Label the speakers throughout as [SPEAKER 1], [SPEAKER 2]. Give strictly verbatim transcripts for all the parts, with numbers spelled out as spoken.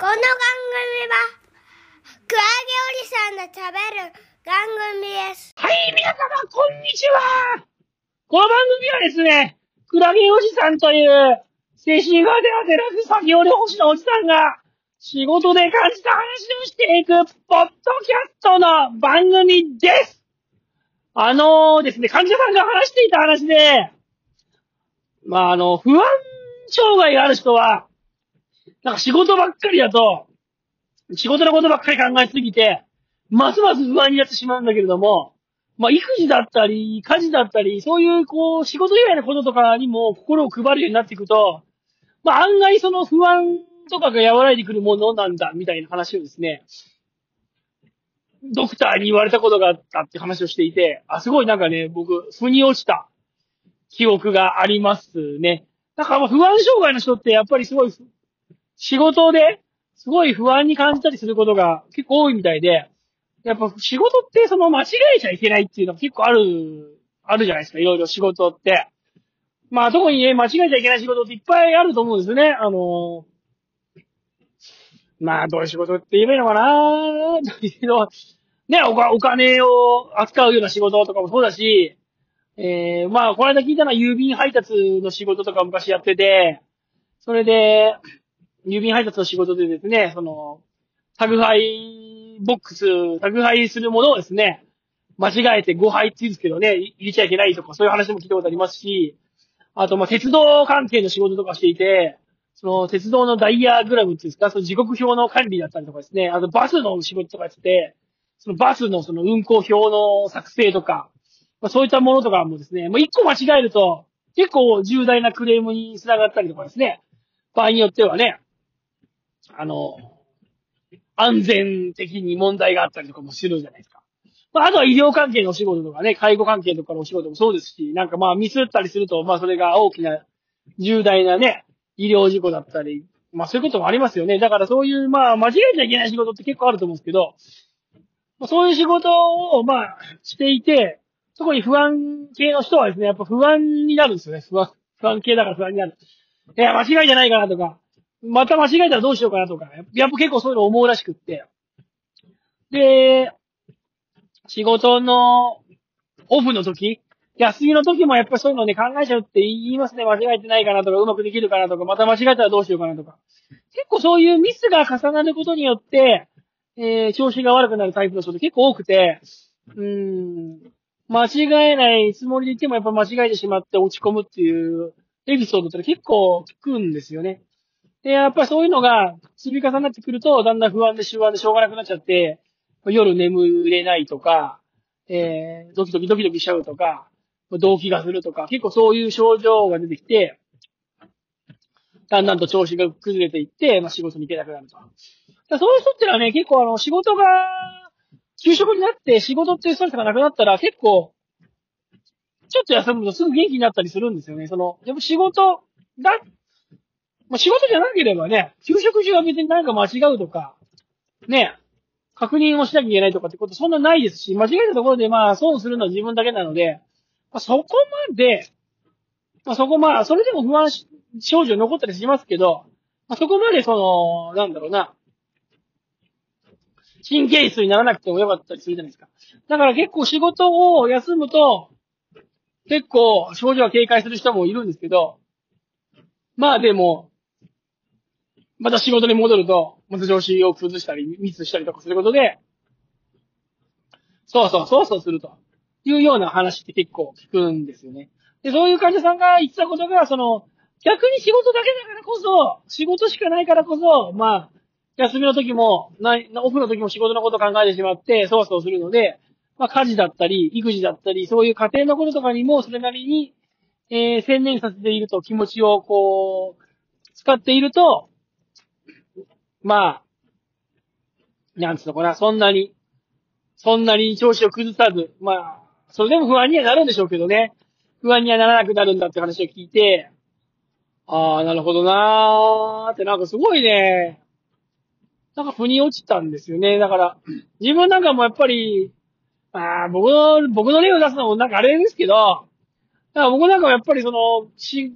[SPEAKER 1] この番組は、クラゲおじさんの食べる番組です。
[SPEAKER 2] はい、皆様、こんにちは。この番組はですね、クラゲおじさんという、精神がではでなく作業療法士のおじさんが、仕事で感じた話をしていく、ポッドキャストの番組です。あのーですね、患者さんが話していた話で、まあ、あの、不安障害がある人は、なんか仕事ばっかりだと、仕事のことばっかり考えすぎて、ますます不安になってしまうんだけれども、まあ、育児だったり、家事だったり、そういう、こう、仕事以外のこととかにも心を配るようになっていくと、まあ、案外その不安とかが和らいでくるものなんだ、みたいな話をですね、ドクターに言われたことがあったって話をしていて、あ、すごいなんかね、僕、腑に落ちた記憶がありますね。だから不安障害の人ってやっぱりすごい、仕事ですごい不安に感じたりすることが結構多いみたいで、やっぱ仕事ってその間違えちゃいけないっていうのが結構ある、あるじゃないですか、いろいろ仕事って。まあ特にね、間違えちゃいけない仕事っていっぱいあると思うんですよね。あの、まあどういう仕事って言えばいいのかなね、おか、お金を扱うような仕事とかもそうだし、えー、まあこの間聞いたのは郵便配達の仕事とか昔やってて、それで、郵便配達の仕事でですね、その、宅配ボックス、宅配するものをですね、間違えてごはいって言うんですけどね、入れちゃいけないとかそういう話も聞いたことありますし、あとまあ鉄道関係の仕事とかしていて、その鉄道のダイヤグラムっていうんですか、その時刻表の管理だったりとかですね、あとバスの仕事とかやってて、そのバスのその運行表の作成とか、まあそういったものとかもですね、もう一個間違えると結構重大なクレームに繋がったりとかですね、場合によってはね、あの、安全的に問題があったりとかもするじゃないですか。まあ、あとは医療関係のお仕事とかね、介護関係とかのお仕事もそうですし、なんかまあミスったりすると、まあそれが大きな、重大なね、医療事故だったり、まあそういうこともありますよね。だからそういう、まあ間違えちゃいけない仕事って結構あると思うんですけど、まあ、そういう仕事を、まあ、していて、そこに不安系の人はですね、やっぱ不安になるんですよね。不安、不安系だから不安になる。いや、間違いじゃないかなとか、また間違えたらどうしようかなとか、やっぱ結構そういうの思うらしくって。で、仕事のオフの時、休みの時もやっぱりそういうのね、考えちゃうって言いますね。間違えてないかなとか、うまくできるかなとか、また間違えたらどうしようかなとか。結構そういうミスが重なることによって、えー、調子が悪くなるタイプの人って結構多くて、うーん、間違えないつもりでいてもやっぱ間違えてしまって落ち込むっていうエピソードって結構聞くんですよね。で、やっぱりそういうのが積み重なってくると、だんだん不安で不安でしょうがなくなっちゃって、夜眠れないとか、えー、ドキドキドキドキしちゃうとか、動悸がするとか、結構そういう症状が出てきて、だんだんと調子が崩れていって、まあ、仕事に行けなくなると。だそういう人ってのはね、結構あの、仕事が、休職になって仕事っていうストレスがなくなったら結構、ちょっと休むとすぐ元気になったりするんですよね。その、やっぱ仕事が、まあ、仕事じゃなければね、休職中は別に何か間違うとか、ね、確認をしなきゃいけないとかってことそんなないですし、間違えたところでまあ損するのは自分だけなので、まあ、そこまで、まあ、そこまあ、それでも不安症状残ったりしますけど、まあ、そこまでその、なんだろうな、神経質にならなくてもよかったりするじゃないですか。だから結構仕事を休むと、結構症状が警戒する人もいるんですけど、まあでも、また仕事に戻ると、また調子を崩したり、ミスしたりとかすることで、そうそう、そうそうするというような話って結構聞くんですよね。で、そういう患者さんが言ってたことが、その、逆に仕事だけだからこそ、仕事しかないからこそ、まあ、休みの時も、なオフの時も仕事のことを考えてしまって、そうそうするので、まあ家事だったり、育児だったり、そういう家庭のこととかにもそれなりに、えー、専念させていると気持ちをこう、使っていると、まあ、なんつうのかな、そんなに、そんなに調子を崩さず、まあ、それでも不安にはなるんでしょうけどね。不安にはならなくなるんだって話を聞いて、ああ、なるほどなーってなんかすごいね、なんか腑に落ちたんですよね。だから、自分なんかもやっぱり、ああ、僕の、僕の例を出すのもなんかあれですけど、だから僕なんかもやっぱりその、し、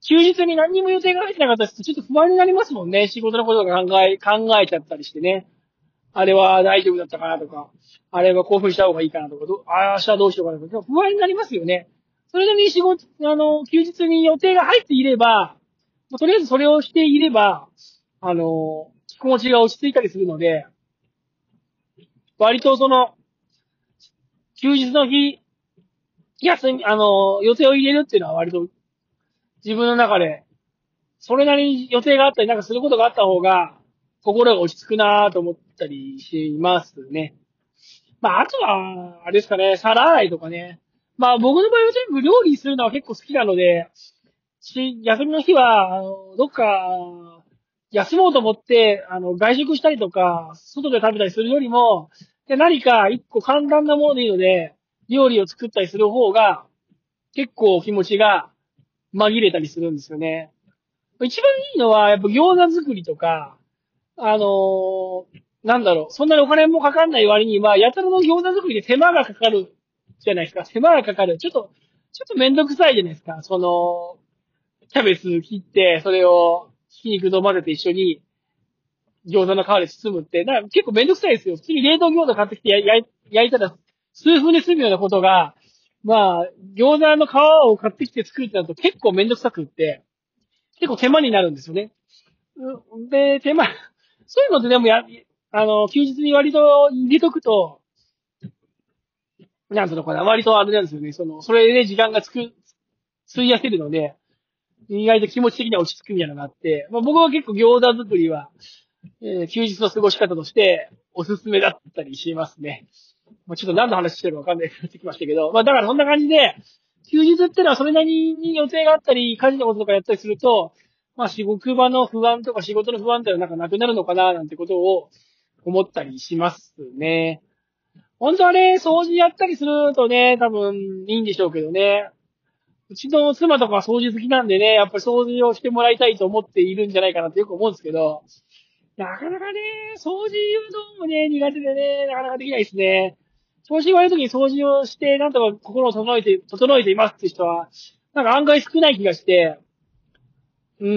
[SPEAKER 2] 休日に何にも予定が入ってなかったりするとちょっと不安になりますもんね。仕事のこととか考え、考えちゃったりしてね。あれは大丈夫だったかなとか、あれは興奮した方がいいかなとか、どあ明日どうしようかなとか、不安になりますよね。それなりに仕事、あの、休日に予定が入っていれば、もうとりあえずそれをしていれば、あの、気持ちが落ち着いたりするので、割とその、休日の日、休み、あの、予定を入れるっていうのは割と自分の中で、それなりに予定があったりなんかすることがあった方が、心が落ち着くなぁと思ったりしますね。まあ、あとは、あれですかね、皿洗いとかね。まあ、僕の場合は全部料理するのは結構好きなので、し、休みの日は、あの、どっか、休もうと思って、あの、外食したりとか、外で食べたりするよりも、で何か一個簡単なものでいいので、料理を作ったりする方が、結構気持ちが紛れたりするんですよね。一番いいのは、やっぱ餃子作りとか、あのー、なんだろう、そんなにお金もかかんない割には、やたらの餃子作りで手間がかかるじゃないですか。手間がかかる。ちょっと、ちょっとめんどくさいじゃないですか。その、キャベツ切って、それをひき肉と混ぜて一緒に餃子の皮で包むって、だから結構めんどくさいですよ。普通に冷凍餃子買ってきて焼いたら数分で済むようなことが、まあ、餃子の皮を買ってきて作るってなると結構めんどくさくって、結構手間になるんですよね。で、手間、そういうのってでもや、あの、休日に割と入れとくと、なんていうのかな、割とあれなんですよね。その、それで時間がつく、費やせるので、意外と気持ち的には落ち着くみたいなのがあって、まあ僕は結構餃子作りは、えー、休日の過ごし方としておすすめだったりしますね。まあちょっと何の話してるかわかんないくなってきましたけど、まあだからそんな感じで、休日ってのはそれなりに予定があったり、家事のこととかやったりすると、まあ仕事場の不安とか仕事の不安っていうのはなんかなくなるのかななんてことを思ったりしますね。本当はね、掃除やったりするとね、多分いいんでしょうけどね。うちの妻とかは掃除好きなんでね、やっぱり掃除をしてもらいたいと思っているんじゃないかなってよく思うんですけど、なかなかね、掃除はどうもね、苦手でね、なかなかできないですね。調子が悪い時に掃除をして、なんとか心を整えて、整えていますって人は、なんか案外少ない気がして、うん、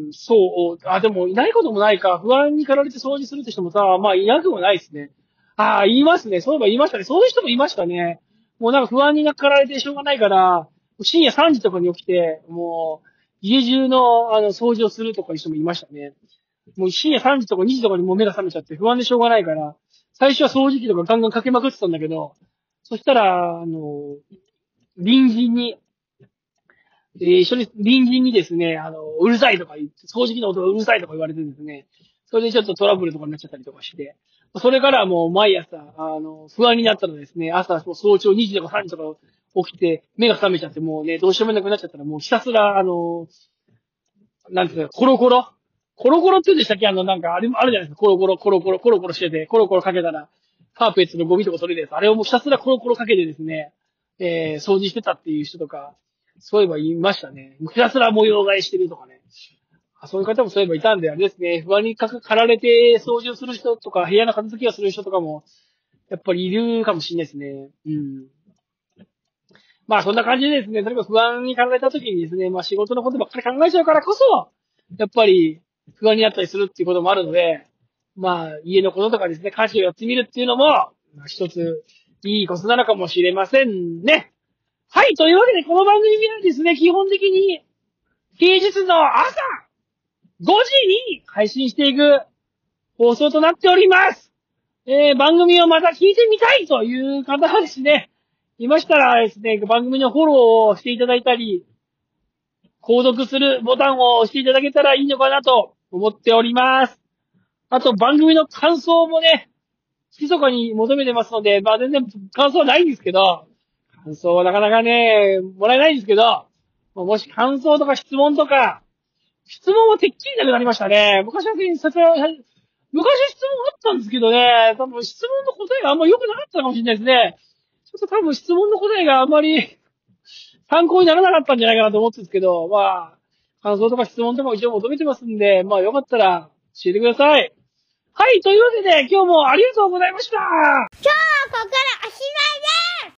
[SPEAKER 2] そう、あ、でもいないこともないか、不安に駆られて掃除するって人もさ、まあいなくもないですね。ああ、言いますね。そういえば言いましたね。そういう人もいましたね。もうなんか不安に駆られてしょうがないから、深夜さんじとかに起きて、もう、家中の、あの、掃除をするとかいう人もいましたね。もう深夜さんじとかにじとかにもう目が覚めちゃって不安でしょうがないから、最初は掃除機とかガンガンかけまくってたんだけど、そしたら、あの、隣人に、えー、一緒に、隣人にですね、あの、うるさいとか言って、掃除機の音がうるさいとか言われてですね、それでちょっとトラブルとかになっちゃったりとかして、それからもう毎朝、あの、不安になったのですね、朝、早朝にじとかさんじとか起きて、目が覚めちゃって、もうね、どうしようもなくなっちゃったら、もうひたすら、あの、なんていうか、コロコロコロコロって言うんでしたっけあの、なんか、あれ、あるじゃないですか。コロコロ、コロコロ、コロコロしてて、コロコロかけたら、カーペットのゴミとかそれです。あれをもうひたすらコロコロかけてですね、えー、掃除してたっていう人とか、そういえば言いましたね。ひたすら模様替えしてるとかね。あ、そういう方もそういえばいたんで、あれですね。不安にかかられて掃除をする人とか、部屋の片付けをする人とかも、やっぱりいるかもしれないですね。うん。まあそんな感じでですね、例えば不安に駆られた時にですね、まあ仕事のことばっかり考えちゃうからこそ、やっぱり不安になったりするっていうこともあるので、まあ家のこととかですね、家事をやってみるっていうのも、まあ一ついいことなのかもしれませんね。はい、というわけでこの番組はですね、基本的に平日の朝ごじに配信していく放送となっております。えー、番組をまた聞いてみたいという方はですね、いましたらですね、番組のフォローをしていただいたり、購読するボタンを押していただけたらいいのかなと思っております。あと番組の感想もね、密かに求めてますので、まあ全然感想はないんですけど、感想はなかなかね、もらえないんですけど、もし感想とか質問とか、質問はてっきりなくなりましたね。昔は、昔は質問あったんですけどね、多分質問の答えがあんま良くなかったかもしれないですね。ちょっと多分質問の答えがあんまり参考にならなかったんじゃないかなと思ってるんですけど、まあ、感想とか質問とかも一応求めてますんで、まあよかったら教えてください。はい、というわけで今日もありがとうございました。
[SPEAKER 1] 今日はここからおしまい。